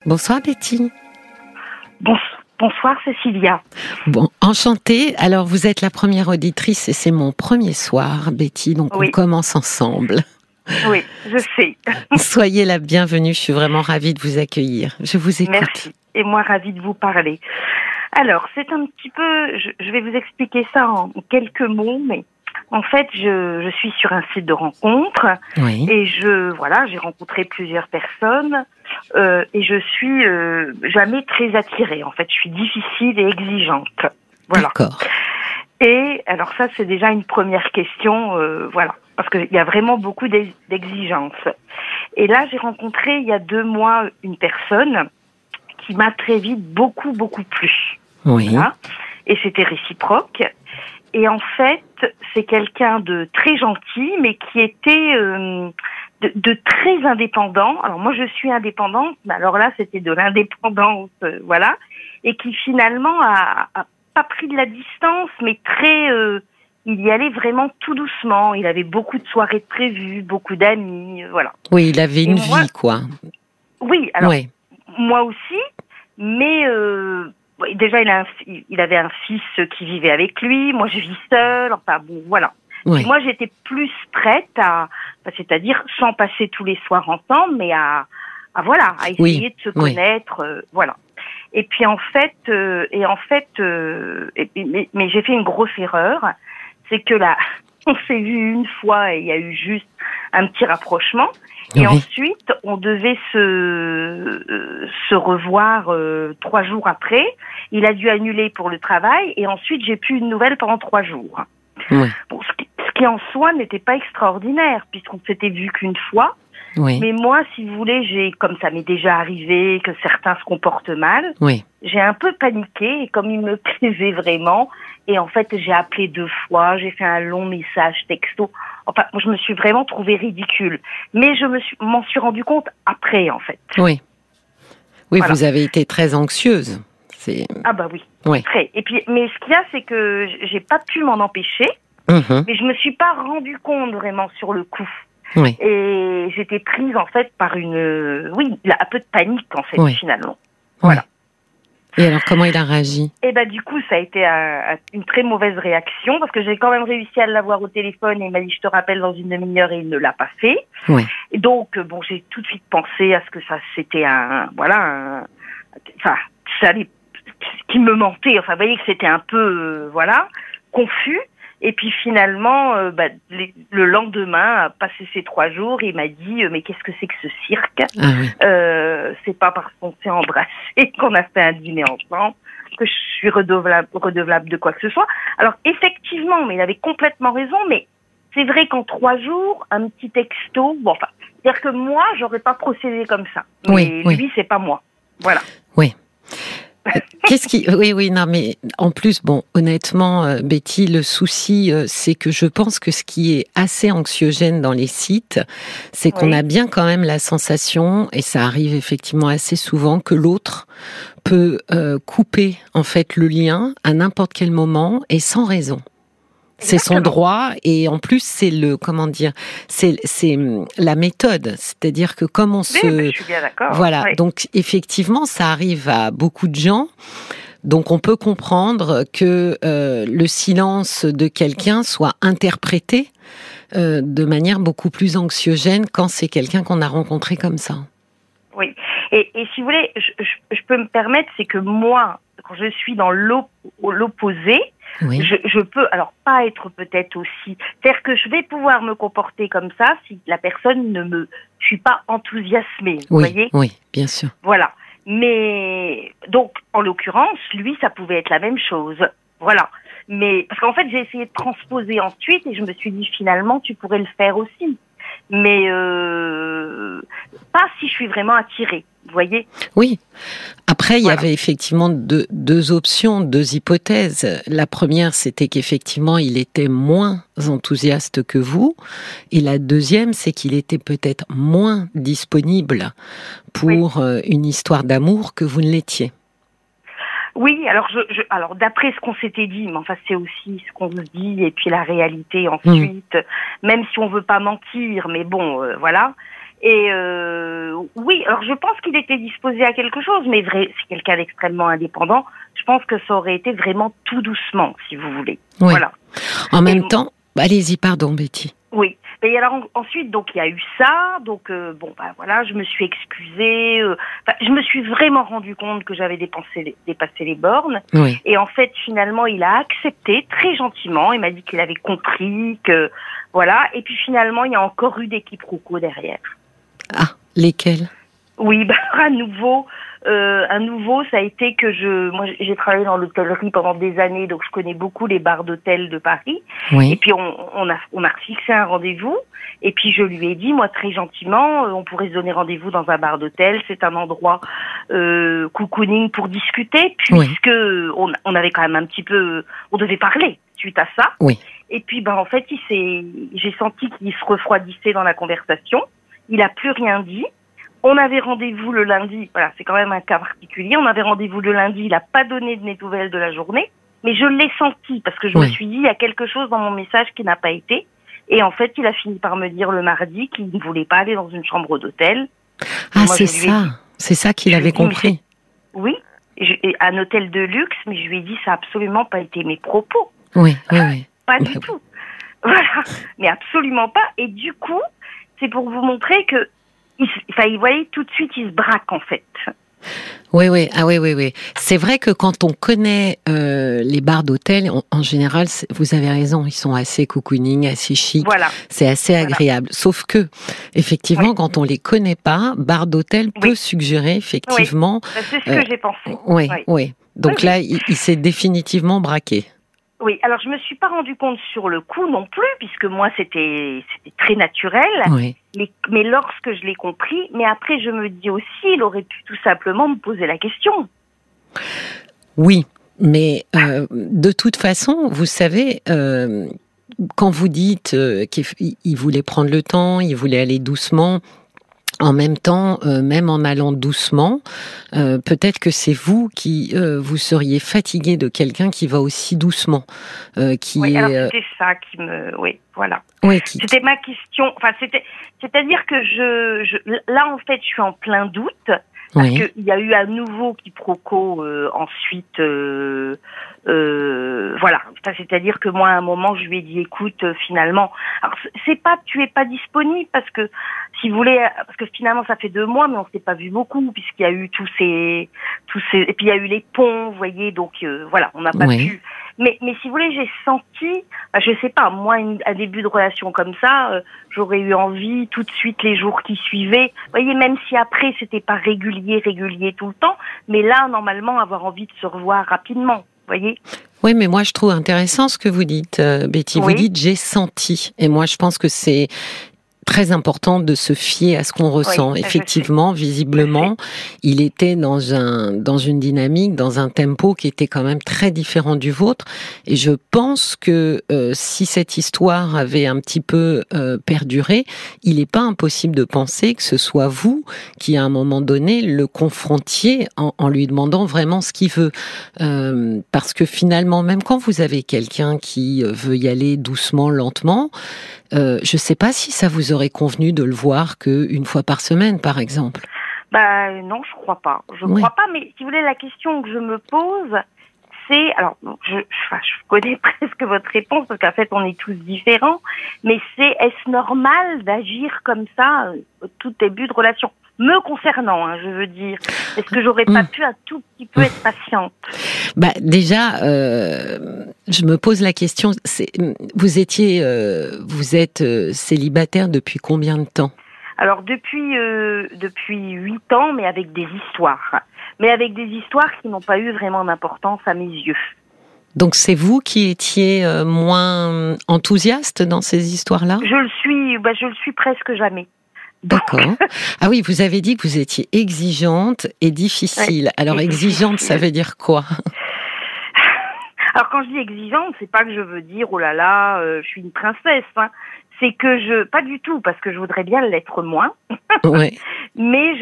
Bonsoir Betty. Bonsoir Cécilia. Bon, enchantée. Alors vous êtes la première auditrice et c'est mon premier soir, Betty, donc Oui. on commence ensemble. Oui, je sais. Soyez la bienvenue, je suis vraiment ravie de vous accueillir. Je vous écoute. Merci. Et moi, ravie de vous parler. Alors, c'est un petit peu... Je vais vous expliquer ça en quelques mots, mais en fait, je suis sur un site de rencontre. Oui. Et j'ai rencontré plusieurs personnes et je suis jamais très attirée. En fait, je suis difficile et exigeante. Voilà. D'accord. Et alors ça, c'est déjà une première question, voilà, parce qu'il y a vraiment beaucoup d'exigences. Et là, j'ai rencontré il y a 2 mois une personne qui m'a très vite beaucoup plu. Oui. Voilà. Et c'était réciproque. Et en fait, c'est quelqu'un de très gentil, mais qui était de très indépendant. Alors moi, je suis indépendante, mais alors là, c'était de l'indépendance, voilà, et qui finalement a pas pris de la distance, mais il y allait vraiment tout doucement. Il avait beaucoup de soirées prévues, beaucoup d'amis, voilà. Oui, il avait une moi, vie, quoi. Oui, alors Oui. moi aussi, mais déjà il avait un fils qui vivait avec lui. Moi, je vis seule. Enfin bon, voilà. Oui. Et moi, j'étais plus prête c'est-à-dire sans passer tous les soirs ensemble, mais à essayer de se connaître, voilà. Et puis en fait, mais j'ai fait une grosse erreur, c'est que là, on s'est vu une fois et il y a eu juste un petit rapprochement, et ensuite on devait se revoir 3 jours après. Il a dû annuler pour le travail et ensuite j'ai plus eu de nouvelles pendant 3 jours. Oui. Bon, ce qui en soi n'était pas extraordinaire puisqu'on s'était vu qu'une fois. Oui. Mais moi, si vous voulez, comme ça m'est déjà arrivé que certains se comportent mal, Oui. j'ai un peu paniqué et comme il me plaisait vraiment, et en fait j'ai appelé 2 fois, j'ai fait un long message texto. Enfin, je me suis vraiment trouvée ridicule. Mais m'en suis rendu compte après, en fait. Oui. Oui, Voilà. Vous avez été très anxieuse. Ah bah oui. Oui. Très. Et puis, mais ce qu'il y a, c'est que j'ai pas pu m'en empêcher, mais je me suis pas rendu compte vraiment sur le coup. Oui. Et j'étais prise en fait par un peu de panique en fait finalement. Oui. Voilà. Et alors comment il a réagi? Et du coup ça a été une très mauvaise réaction parce que j'ai quand même réussi à l'avoir au téléphone et il m'a dit je te rappelle dans une demi-heure et il ne l'a pas fait. Oui. Et donc j'ai tout de suite pensé à ce que c'était qu'il me mentait. Enfin vous voyez que c'était un peu confus. Et puis finalement, le lendemain, passé ces 3 jours, il m'a dit mais qu'est-ce que c'est que ce cirque? Ah oui. C'est pas parce qu'on s'est embrassé qu'on a fait un dîner ensemble que je suis redevable de quoi que ce soit. Alors effectivement, mais il avait complètement raison. Mais c'est vrai qu'en 3 jours, un petit texto, c'est-à-dire que moi, j'aurais pas procédé comme ça. Mais lui, c'est pas moi. Voilà. Oui. Non, mais en plus, honnêtement, Betty, le souci, c'est que je pense que ce qui est assez anxiogène dans les sites, c'est qu'on a bien quand même la sensation, et ça arrive effectivement assez souvent, que l'autre peut couper en fait le lien à n'importe quel moment et sans raison. C'est son droit et en plus c'est c'est la méthode, c'est-à-dire que comme on je suis bien d'accord. Donc effectivement ça arrive à beaucoup de gens, donc on peut comprendre que le silence de quelqu'un soit interprété de manière beaucoup plus anxiogène quand c'est quelqu'un qu'on a rencontré comme ça. Oui, et si vous voulez, je peux me permettre, c'est que moi, quand je suis dans l'opposé, je peux, alors pas être peut-être aussi, c'est-à-dire que je vais pouvoir me comporter comme ça si la personne je suis pas enthousiasmée, vous voyez? Oui, bien sûr. Voilà. Mais, donc, en l'occurrence, lui, ça pouvait être la même chose. Voilà. Mais, parce qu'en fait, j'ai essayé de transposer ensuite et je me suis dit, finalement, tu pourrais le faire aussi. Mais, pas si je suis vraiment attirée. Vous voyez? Oui. Après, il y avait effectivement deux options, 2 hypothèses. La première, c'était qu'effectivement, il était moins enthousiaste que vous. Et la deuxième, c'est qu'il était peut-être moins disponible pour une histoire d'amour que vous ne l'étiez. Oui, alors d'après ce qu'on s'était dit, mais enfin c'est aussi ce qu'on se dit et puis la réalité ensuite, même si on veut pas mentir, mais bon, voilà. Et oui, alors je pense qu'il était disposé à quelque chose, mais c'est quelqu'un d'extrêmement indépendant. Je pense que ça aurait été vraiment tout doucement, si vous voulez. Oui. Voilà. En même temps, allez-y, pardon, Betty. Oui. Et alors ensuite, donc il y a eu ça. Donc bon, bah voilà, je me suis excusée. Je me suis vraiment rendu compte que j'avais dépassé les bornes. Oui. Et en fait, finalement, il a accepté très gentiment. Il m'a dit qu'il avait compris que voilà. Et puis finalement, il y a encore eu des quiproquos derrière. Ah, lesquels? Oui, bah à nouveau, ça a été que moi j'ai travaillé dans l'hôtellerie pendant des années, donc je connais beaucoup les bars d'hôtel de Paris. Oui. Et puis on a fixé un rendez-vous. Et puis je lui ai dit, moi très gentiment, on pourrait se donner rendez-vous dans un bar d'hôtel. C'est un endroit cocooning pour discuter, puisque on avait quand même un petit peu, on devait parler suite à ça. Oui. Et puis en fait, j'ai senti qu'il se refroidissait dans la conversation. Il a plus rien dit. On avait rendez-vous le lundi, voilà, c'est quand même un cas particulier. On avait rendez-vous le lundi, il n'a pas donné de mes nouvelles de la journée, mais je l'ai senti parce que je me suis dit, il y a quelque chose dans mon message qui n'a pas été. Et en fait, il a fini par me dire le mardi qu'il ne voulait pas aller dans une chambre d'hôtel. Ah, c'est ça. C'est ça qu'il avait compris. Oui, un hôtel de luxe, mais je lui ai dit, ça n'a absolument pas été mes propos. Oui. Pas du tout. Voilà, mais absolument pas. Et du coup, c'est pour vous montrer que vous voyez, tout de suite, il se braque, en fait. Oui. Ah oui. C'est vrai que quand on connaît les bars d'hôtel, en général, vous avez raison, ils sont assez cocooning, assez chic. Voilà. C'est assez agréable. Sauf que, effectivement, quand on les connaît pas, bar d'hôtel peut suggérer, effectivement. Oui. C'est ce que j'ai pensé. Oui. Donc là, il s'est définitivement braqué. Oui, alors je me suis pas rendu compte sur le coup non plus, puisque moi c'était très naturel. Oui. Mais lorsque je l'ai compris, mais après je me dis aussi, il aurait pu tout simplement me poser la question. Oui, mais de toute façon, vous savez, quand vous dites qu'il voulait prendre le temps, il voulait aller doucement. En même temps, même en allant doucement, peut-être que c'est vous qui vous seriez fatigué de quelqu'un qui va aussi doucement, alors c'était ça qui me, voilà. C'était ma question. Enfin, c'est-à-dire que là en fait, je suis en plein doute. Parce qu'il y a eu à nouveau quiproquo ensuite, voilà. Enfin, c'est-à-dire que moi, à un moment, je lui ai dit, écoute, finalement, alors c'est pas que tu es pas disponible, parce que si vous voulez, parce que finalement, ça fait 2 mois, mais on s'est pas vu beaucoup, puisqu'il y a eu tous ces, et puis il y a eu les ponts, vous voyez, donc voilà, on n'a pas pu. Mais si vous voulez, j'ai senti, je sais pas, moi, un début de relation comme ça, j'aurais eu envie tout de suite les jours qui suivaient. Vous voyez, même si après c'était pas régulier tout le temps, mais là, normalement, avoir envie de se revoir rapidement, vous voyez. Oui, mais moi je trouve intéressant ce que vous dites, Betty. Vous dites j'ai senti, et moi je pense que c'est très important de se fier à ce qu'on ressent. Effectivement, visiblement, il était dans une dynamique, dans un tempo qui était quand même très différent du vôtre. Et je pense que si cette histoire avait un petit peu perduré, il n'est pas impossible de penser que ce soit vous qui, à un moment donné, le confrontiez en lui demandant vraiment ce qu'il veut. Parce que finalement, même quand vous avez quelqu'un qui veut y aller doucement, lentement, je sais pas si ça vous aurait convenu de le voir qu'une fois par semaine, par exemple. Non, je crois pas. Je crois pas, mais si vous voulez, la question que je me pose, c'est, alors, je connais presque votre réponse, parce qu'en fait, on est tous différents, mais est-ce normal d'agir comme ça au tout début de relation? Me concernant, je veux dire. Est-ce que j'aurais pas pu un tout petit peu être patiente? Déjà, je me pose la question. Vous êtes célibataire depuis combien de temps? Alors depuis 8 ans, mais avec des histoires. Mais avec des histoires qui n'ont pas eu vraiment d'importance à mes yeux. Donc c'est vous qui étiez moins enthousiaste dans ces histoires-là? Je le suis presque jamais. D'accord. Ah oui, vous avez dit que vous étiez exigeante et difficile. Ouais, alors exigeante, ça veut dire quoi? Alors quand je dis exigeante, c'est pas que je veux dire oh là là, je suis une princesse. c'est que pas du tout, parce que je voudrais bien l'être moins. Ouais. Mais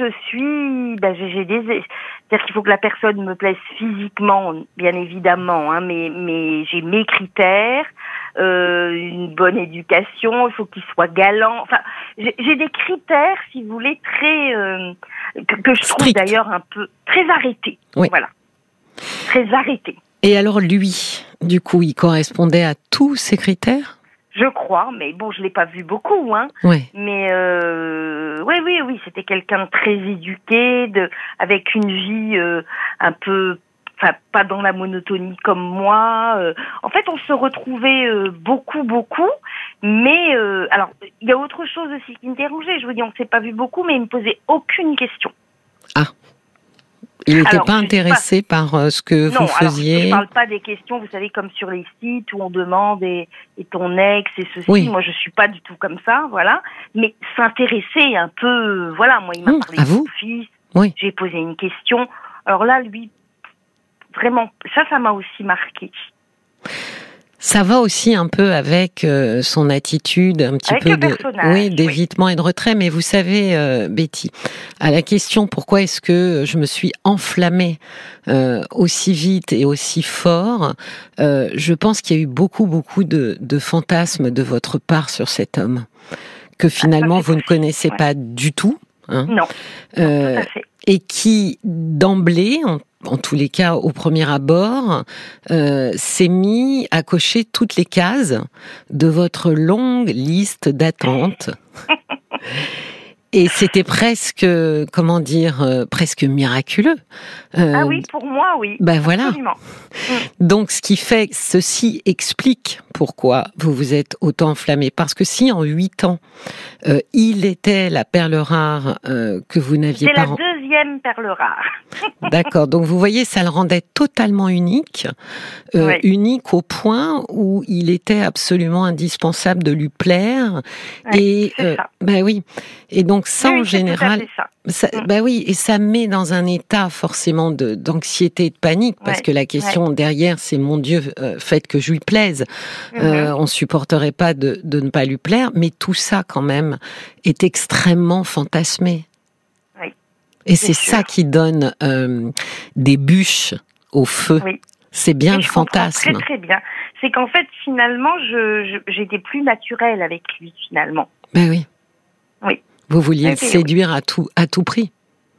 c'est-à-dire qu'il faut que la personne me plaise physiquement, bien évidemment, hein, mais j'ai mes critères, une bonne éducation, il faut qu'il soit galant. Enfin, j'ai des critères, si vous voulez, très que je trouve d'ailleurs un peu très arrêtés. Oui. Voilà, très arrêtés. Et alors lui, du coup, il correspondait à tous ces critères ? Je crois, mais bon, je l'ai pas vu beaucoup, hein. Ouais. Mais oui, c'était quelqu'un de très éduqué, avec une vie un peu, enfin, pas dans la monotonie comme moi. En fait, on se retrouvait beaucoup, mais alors, il y a autre chose aussi qui me dérangeait. Je vous dis, on s'est pas vu beaucoup, mais il me posait aucune question. Ah. Il n'était pas intéressé par ce que vous faisiez. Non, je parle pas des questions, vous savez, comme sur les sites où on demande et ton ex et ceci. Oui. Moi, je suis pas du tout comme ça, voilà. Mais s'intéresser un peu, voilà. Moi, il m'a parlé de son fils. Oui. J'ai posé une question. Alors là, lui, vraiment, ça m'a aussi marqué. Ça va aussi un peu avec son attitude un petit peu d'évitement et de retrait. Mais vous savez, Betty, à la question pourquoi est-ce que je me suis enflammée aussi vite et aussi fort, je pense qu'il y a eu beaucoup de fantasmes de votre part sur cet homme que finalement vous ne connaissez pas du tout. Hein, non, tout à fait. Et qui d'emblée, en tous les cas au premier abord, s'est mis à cocher toutes les cases de votre longue liste d'attente. Et c'était presque, presque miraculeux. Ah oui, pour moi, oui. Ben voilà. Absolument. Donc, ceci explique pourquoi vous vous êtes autant enflammé. Parce que si en 8 ans, il était la perle rare que vous n'aviez pas... C'est la deuxième perle rare. D'accord. Donc, vous voyez, ça le rendait totalement unique. Unique au point où il était absolument indispensable de lui plaire. Oui, c'est ça. Ben oui. Et donc, ça, en général... Bah oui, et ça met dans un état forcément d'anxiété et de panique, parce que la question derrière, c'est mon Dieu, faites que je lui plaise. On supporterait pas de ne pas lui plaire, mais tout ça quand même est extrêmement fantasmé. Oui. Et c'est ça qui donne des bûches au feu. Oui. C'est bien le fantasme. Très très bien. C'est qu'en fait finalement, j'étais plus naturelle avec lui finalement. Ben oui. Oui. Vous vouliez le séduire à tout prix.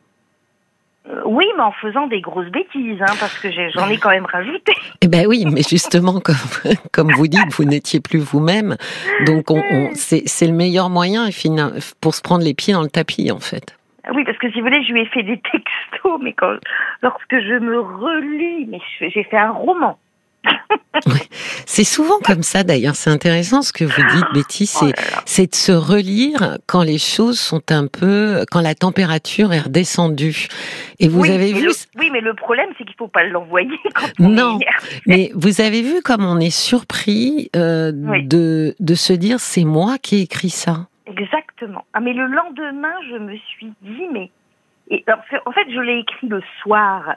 Oui, mais en faisant des grosses bêtises, hein, parce que j'en ai quand même rajouté. Eh ben oui, mais justement, comme vous dites, vous n'étiez plus vous-même. Donc, c'est le meilleur moyen pour se prendre les pieds dans le tapis, en fait. Oui, parce que si vous voulez, je lui ai fait des textos, mais lorsque je me relis, mais j'ai fait un roman. Oui. C'est souvent comme ça d'ailleurs, c'est intéressant ce que vous dites, Betty, c'est de se relire quand les choses sont quand la température est redescendue. Et vous avez vu... Oui, mais le problème c'est qu'il faut pas l'envoyer quand on est mais vous avez vu comme on est surpris de se dire c'est moi qui ai écrit ça. Exactement. Ah mais le lendemain je me suis dit en fait je l'ai écrit le soir.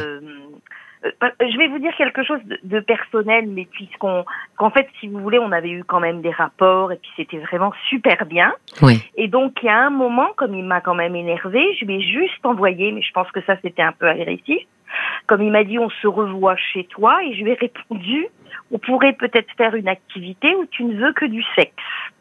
Je vais vous dire quelque chose de personnel, mais qu'en fait, si vous voulez, on avait eu quand même des rapports et puis c'était vraiment super bien. Oui. Et donc, il y a un moment, comme il m'a quand même énervée, je lui ai juste envoyé, mais je pense que ça, c'était un peu agressif. Comme il m'a dit, on se revoit chez toi, et je lui ai répondu, on pourrait peut-être faire une activité où tu ne veux que du sexe.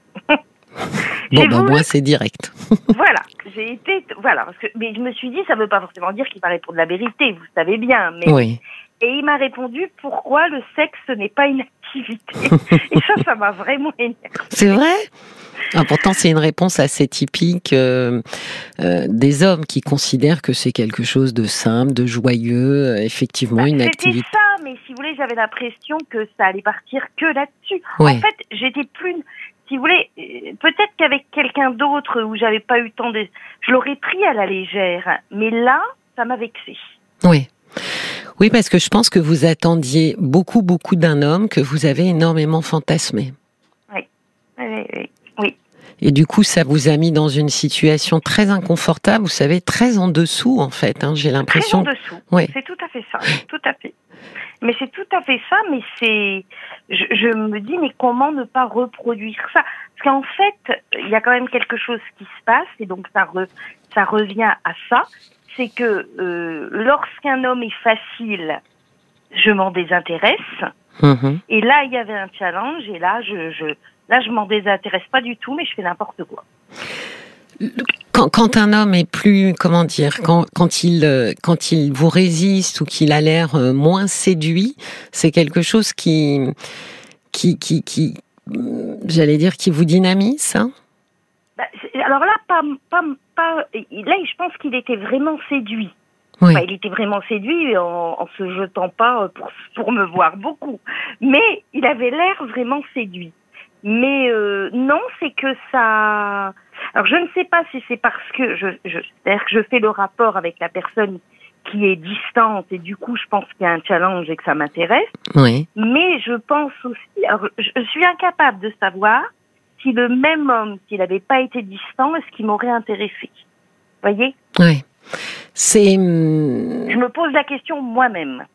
Moi, c'est direct. Voilà. Mais je me suis dit, ça ne veut pas forcément dire qu'il va répondre la vérité, vous savez bien. Mais... Oui. Et il m'a répondu, pourquoi le sexe n'est pas une activité? Et ça m'a vraiment énervé. C'est vrai? Pourtant, c'est une réponse assez typique des hommes qui considèrent que c'est quelque chose de simple, de joyeux, effectivement, une activité. C'était ça, mais si vous voulez, j'avais l'impression que ça allait partir que là-dessus. Ouais. En fait, j'étais plus... Si vous voulez, peut-être qu'avec quelqu'un d'autre où j'avais pas eu le temps je l'aurais pris à la légère. Mais là, ça m'a vexée. Oui. Oui, parce que je pense que vous attendiez beaucoup d'un homme que vous avez énormément fantasmé. Oui. Et du coup, ça vous a mis dans une situation très inconfortable, vous savez, très en dessous, en fait, hein, j'ai l'impression. Très en dessous. Oui. C'est tout à fait ça. Tout à fait. Mais c'est tout à fait ça, mais je me dis, mais comment ne pas reproduire ça? Parce qu'en fait, il y a quand même quelque chose qui se passe, et donc ça revient à ça, c'est que lorsqu'un homme est facile, je m'en désintéresse. Et là, il y avait un challenge, et là, je m'en désintéresse pas du tout, mais je fais n'importe quoi. Quand un homme est plus, comment dire, quand il vous résiste ou qu'il a l'air moins séduit, c'est quelque chose qui, j'allais dire, qui vous dynamise, hein? Alors là, là, je pense qu'il était vraiment séduit. Oui. Il était vraiment séduit en se jetant pas pour me voir beaucoup. Mais il avait l'air vraiment séduit. Mais non, c'est que ça... Alors je ne sais pas si c'est parce que c'est-à-dire que je fais le rapport avec la personne qui est distante et du coup je pense qu'il y a un challenge et que ça m'intéresse. Oui. Mais je pense aussi... Alors, je suis incapable de savoir si le même homme, s'il n'avait pas été distant, est-ce qu'il m'aurait intéressé. Vous voyez ? Oui. Je me pose la question moi-même.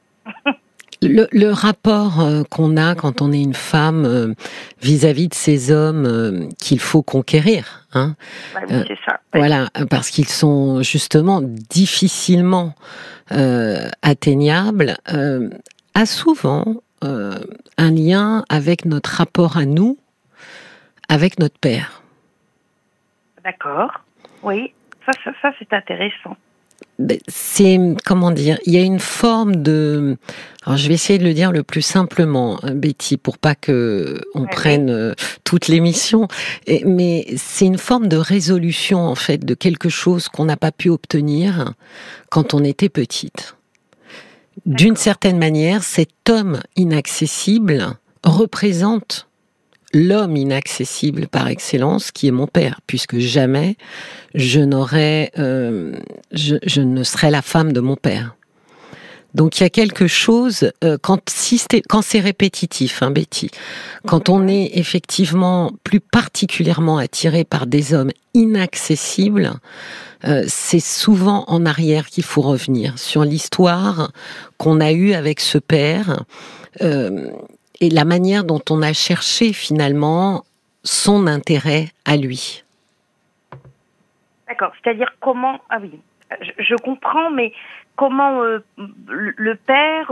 Le rapport qu'on a quand on est une femme vis-à-vis de ces hommes qu'il faut conquérir, hein. Oui, c'est ça. Voilà, parce qu'ils sont justement difficilement atteignables, a souvent un lien avec notre rapport à nous, avec notre père. D'accord. Oui, ça c'est intéressant. C'est, comment dire, il y a une forme de... Alors je vais essayer de le dire le plus simplement, Betty, pour pas que on prenne toute l'émission, mais c'est une forme de résolution en fait de quelque chose qu'on n'a pas pu obtenir quand on était petite. D'une certaine manière, cet homme inaccessible représente l'homme inaccessible par excellence, qui est mon père, puisque jamais je n'aurais, je ne serais la femme de mon père. Donc il y a quelque chose quand c'est répétitif, hein, Betty, quand on est effectivement plus particulièrement attiré par des hommes inaccessibles, c'est souvent en arrière qu'il faut revenir sur l'histoire qu'on a eue avec ce père. Et la manière dont on a cherché finalement son intérêt à lui. D'accord, c'est-à-dire comment... Ah oui, je comprends, mais comment le père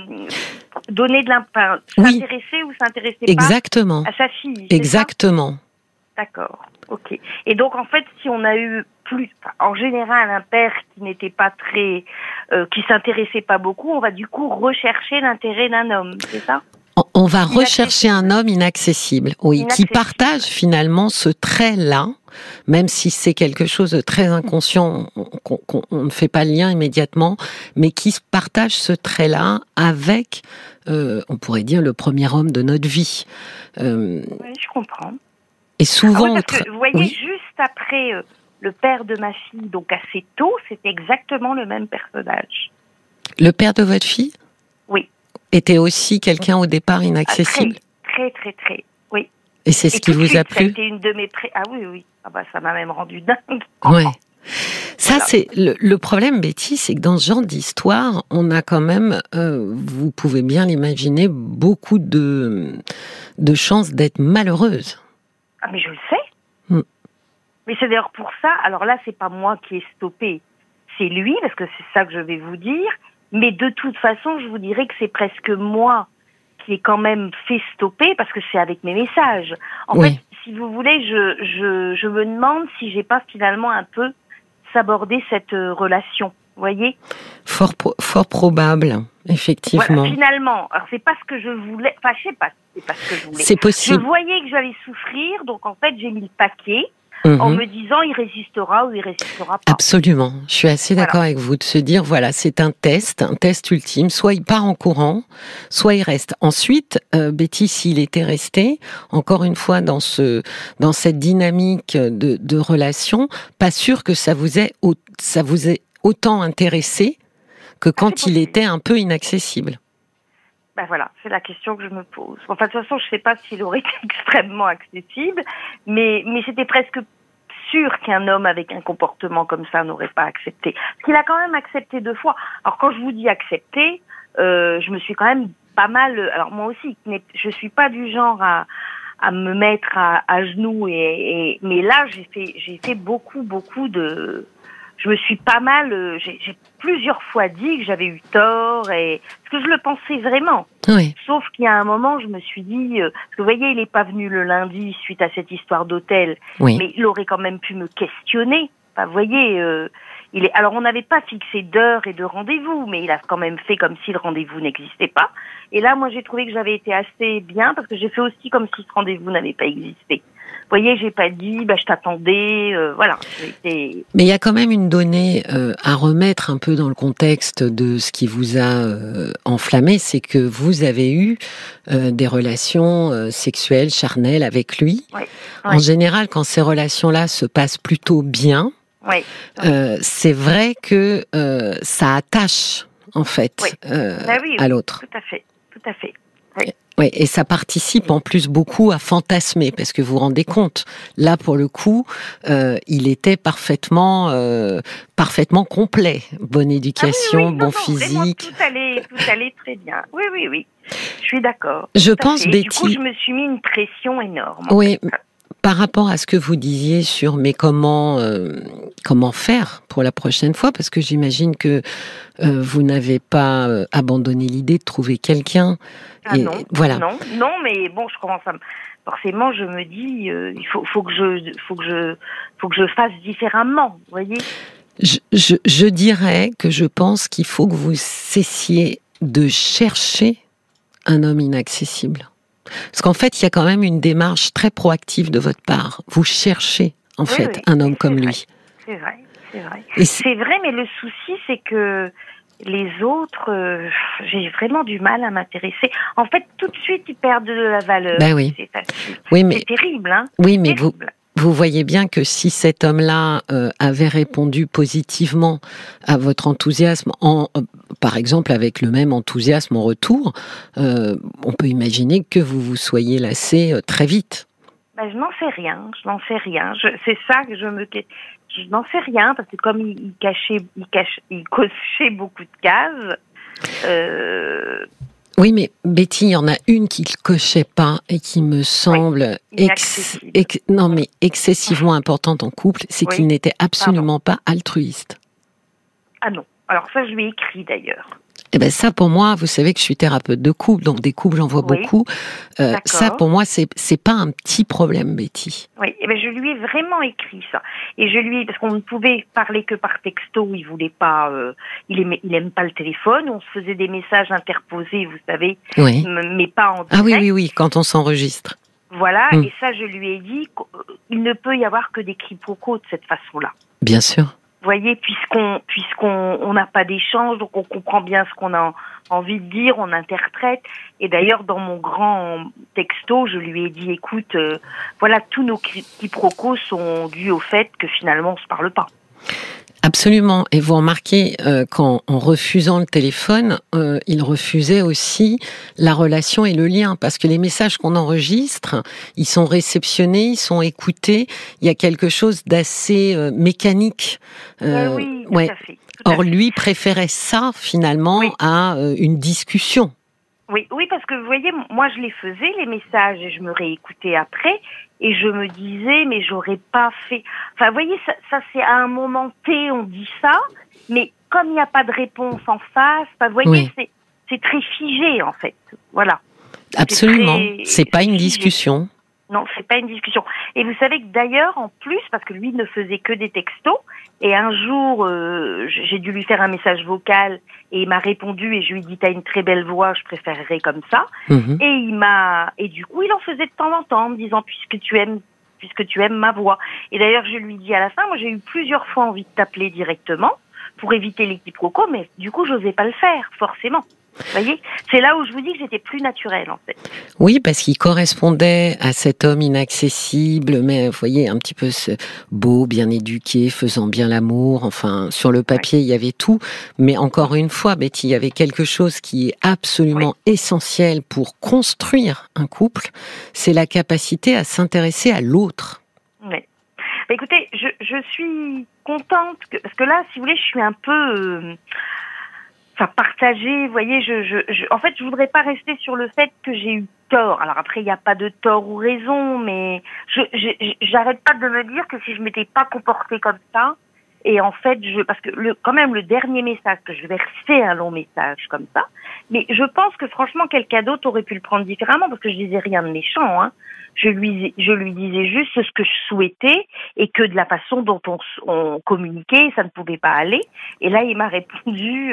donnait de l'impact, s'intéressait ou s'intéressait Exactement. Pas à sa fille. Exactement. Ça ? D'accord, ok. Et donc en fait, si on a eu en général un père qui n'était pas très... qui s'intéressait pas beaucoup, on va du coup rechercher l'intérêt d'un homme, c'est ça ? On va rechercher un homme inaccessible, oui, qui partage finalement ce trait-là, même si c'est quelque chose de très inconscient, qu'on ne fait pas le lien immédiatement, mais qui partage ce trait-là avec, on pourrait dire, le premier homme de notre vie. Oui, je comprends. Et souvent... vous voyez, juste après le père de ma fille, donc assez tôt, c'était exactement le même personnage. Le père de votre fille ? Oui. Était aussi quelqu'un au départ inaccessible. Très, oui. Et c'est ce qui vous a plu ? C'était une de mes Ah oui. Ah bah ça m'a même rendu dingue. Ouais. Ça, c'est le problème, Betty, c'est que dans ce genre d'histoire, on a quand même, vous pouvez bien l'imaginer, beaucoup de chances d'être malheureuse. Ah mais je le sais. Mais c'est d'ailleurs pour ça. Alors là, c'est pas moi qui ai stoppé, c'est lui, parce que c'est ça que je vais vous dire. Mais de toute façon, je vous dirais que c'est presque moi qui ai quand même fait stopper, parce que c'est avec mes messages. En fait, si vous voulez, je me demande si j'ai pas finalement un peu sabordé cette relation. Vous voyez ? Fort probable, effectivement. Voilà, finalement. Alors, c'est pas ce que je voulais. Enfin, je sais pas, c'est pas ce que je voulais. C'est possible. Je voyais que j'allais souffrir, donc en fait, j'ai mis le paquet. En me disant, il résistera ou il résistera pas. Absolument. Je suis assez d'accord avec vous de se dire, voilà, c'est un test ultime. Soit il part en courant, soit il reste. Ensuite, Betty, s'il était resté, encore une fois, dans cette dynamique de relation, pas sûr que ça vous ait autant intéressé que quand il était un peu inaccessible. Ben voilà, c'est la question que je me pose. Enfin, de toute façon, je ne sais pas s'il aurait été extrêmement accessible, mais c'était presque sûr qu'un homme avec un comportement comme ça n'aurait pas accepté. Parce qu'il a quand même accepté 2 fois. Alors, quand je vous dis accepter, je me suis quand même pas mal... Alors, moi aussi, je suis pas du genre me mettre à genoux mais là j'ai fait beaucoup de, je me suis pas mal, j'ai plusieurs fois dit que j'avais eu tort et parce que je le pensais vraiment. Oui. Sauf qu'il y a un moment, je me suis dit, parce que vous voyez, il est pas venu le lundi suite à cette histoire d'hôtel, Oui. mais il aurait quand même pu me questionner. Enfin, vous voyez, alors on n'avait pas fixé d'heure et de rendez-vous, mais il a quand même fait comme si le rendez-vous n'existait pas. Et là, moi, j'ai trouvé que j'avais été assez bien parce que j'ai fait aussi comme si ce rendez-vous n'avait pas existé. Vous voyez, j'ai pas dit, je t'attendais, voilà. Mais il y a quand même une donnée à remettre un peu dans le contexte de ce qui vous a enflammé, c'est que vous avez eu des relations sexuelles, charnelles avec lui. Oui. En général, quand ces relations-là se passent plutôt bien, c'est vrai que ça attache en fait à l'autre. Tout à fait. Oui, et ça participe en plus beaucoup à fantasmer, parce que vous vous rendez compte, là pour le coup, il était parfaitement complet, bonne éducation, bon physique. Vraiment, tout allait très bien. Oui. Je suis d'accord. Je pense, Betty. Du coup, je me suis mis une pression énorme. Oui. Par rapport à ce que vous disiez sur mais comment faire pour la prochaine fois, parce que j'imagine que vous n'avez pas abandonné l'idée de trouver quelqu'un. Non, voilà. Non, mais bon, je commence forcément, je me dis, il faut que je fasse différemment, vous voyez. Je dirais que je pense qu'il faut que vous cessiez de chercher un homme inaccessible. Parce qu'en fait, il y a quand même une démarche très proactive de votre part. Vous cherchez, un homme comme lui. C'est vrai. C'est vrai, mais le souci, c'est que les autres, j'ai vraiment du mal à m'intéresser. En fait, tout de suite, ils perdent de la valeur. Ben oui. C'est facile. Oui, mais... C'est terrible, hein. Oui, mais vous voyez bien que si cet homme-là avait répondu positivement à votre enthousiasme, par exemple avec le même enthousiasme en retour, on peut imaginer que vous vous soyez lassé très vite. Je n'en sais rien. C'est ça que je n'en sais rien parce que comme il cochait beaucoup de cases. Oui, mais Betty, il y en a une qui ne cochait pas et qui me semble excessivement importante en couple, c'est qu'il n'était absolument pas altruiste. Ah non. Alors ça, je lui ai écrit d'ailleurs. Eh ben ça, pour moi, vous savez que je suis thérapeute de couple, donc des couples, j'en vois beaucoup. Ça, pour moi, c'est pas un petit problème, Betty. Oui, je lui ai vraiment écrit ça. Et parce qu'on ne pouvait parler que par texto, il voulait pas, il aime pas le téléphone. On se faisait des messages interposés, vous savez, mais pas en direct. Ah oui, quand on s'enregistre. Voilà, et ça, je lui ai dit qu'il ne peut y avoir que des quiproquos de cette façon-là. Bien sûr. Vous voyez, puisqu'on n'a pas d'échange, donc on comprend bien ce qu'on a envie de dire, on interprète. Et d'ailleurs, dans mon grand texto, je lui ai dit, écoute, voilà, tous nos quiproquos sont dus au fait que finalement, on se parle pas. Absolument. Et vous remarquez qu'en refusant le téléphone, il refusait aussi la relation et le lien. Parce que les messages qu'on enregistre, ils sont réceptionnés, ils sont écoutés. Il y a quelque chose d'assez mécanique. Oui, tout à fait. Or, lui préférait ça, finalement, à une discussion. Oui, parce que vous voyez, moi je les faisais, les messages, et je me réécoutais après, et je me disais, mais j'aurais pas fait... Enfin, vous voyez, ça c'est à un moment T, on dit ça, mais comme il n'y a pas de réponse en face, vous voyez, c'est très figé, en fait. Voilà. Absolument. C'est pas une discussion. Non, c'est pas une discussion. Et vous savez que d'ailleurs, en plus, parce que lui ne faisait que des textos, et un jour, j'ai dû lui faire un message vocal, et il m'a répondu, et je lui ai dit, t'as une très belle voix, je préférerais comme ça. Et du coup, il en faisait de temps en temps, en me disant, puisque tu aimes ma voix. Et d'ailleurs, je lui dis à la fin, moi j'ai eu plusieurs fois envie de t'appeler directement, pour éviter les quiproquos, mais du coup, j'osais pas le faire, forcément. Vous voyez, c'est là où je vous dis que j'étais plus naturelle, en fait. Oui, parce qu'il correspondait à cet homme inaccessible, mais vous voyez, un petit peu beau, bien éduqué, faisant bien l'amour. Enfin, sur le papier, il y avait tout. Mais encore une fois, Betty, il y avait quelque chose qui est absolument essentiel pour construire un couple, c'est la capacité à s'intéresser à l'autre. Oui. Écoutez, je suis contente, parce que là, si vous voulez, je suis un peu... partager, vous voyez, en fait, je voudrais pas rester sur le fait que j'ai eu tort. Alors après, il n'y a pas de tort ou raison, mais j'arrête pas de me dire que si je m'étais pas comportée comme ça, et en fait, parce que quand même, le dernier message, que je vais faire un long message comme ça, mais je pense que franchement, quelqu'un d'autre aurait pu le prendre différemment, parce que je disais rien de méchant, hein. Je lui disais juste ce que je souhaitais, et que de la façon dont on communiquait, ça ne pouvait pas aller. Et là, il m'a répondu,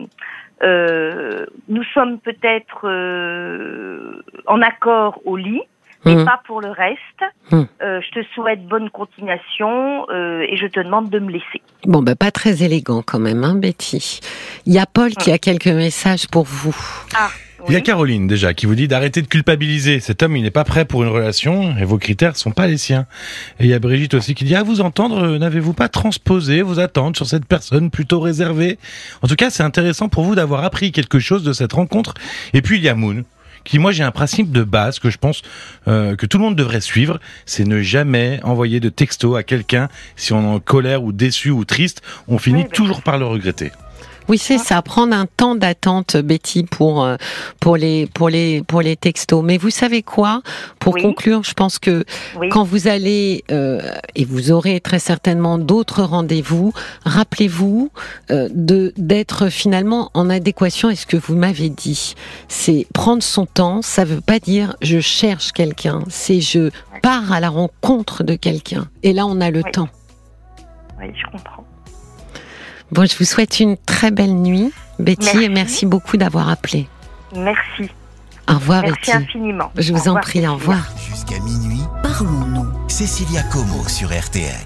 nous sommes peut-être en accord au lit, mais pas pour le reste. Je te souhaite bonne continuation et je te demande de me laisser. Bon, pas très élégant quand même, hein, Betty. Il y a Paul qui a quelques messages pour vous. Ah. Il y a Caroline déjà qui vous dit d'arrêter de culpabiliser. Cet homme, il n'est pas prêt pour une relation et vos critères sont pas les siens. Et il y a Brigitte aussi qui dit à vous entendre, n'avez-vous pas transposé vos attentes sur cette personne plutôt réservée? En tout cas, c'est intéressant pour vous d'avoir appris quelque chose de cette rencontre. Et puis il y a Moon qui, moi, j'ai un principe de base que je pense que tout le monde devrait suivre, c'est ne jamais envoyer de texto à quelqu'un si on est en colère ou déçu ou triste. On finit toujours par le regretter. Oui, c'est ça, prendre un temps d'attente, Betty, pour les textos. Mais vous savez quoi? Pour conclure, je pense que quand vous allez, et vous aurez très certainement d'autres rendez-vous, rappelez-vous d'être finalement en adéquation avec ce que vous m'avez dit. C'est prendre son temps, ça veut pas dire je cherche quelqu'un, c'est je pars à la rencontre de quelqu'un. Et là, on a le temps. Oui, je comprends. Bon, je vous souhaite une très belle nuit, Betty, et merci beaucoup d'avoir appelé. Merci. Au revoir, Betty. Betty. Merci infiniment. Je vous en prie, au revoir. Jusqu'à minuit, parlons-nous. Cécilia Como sur RTL.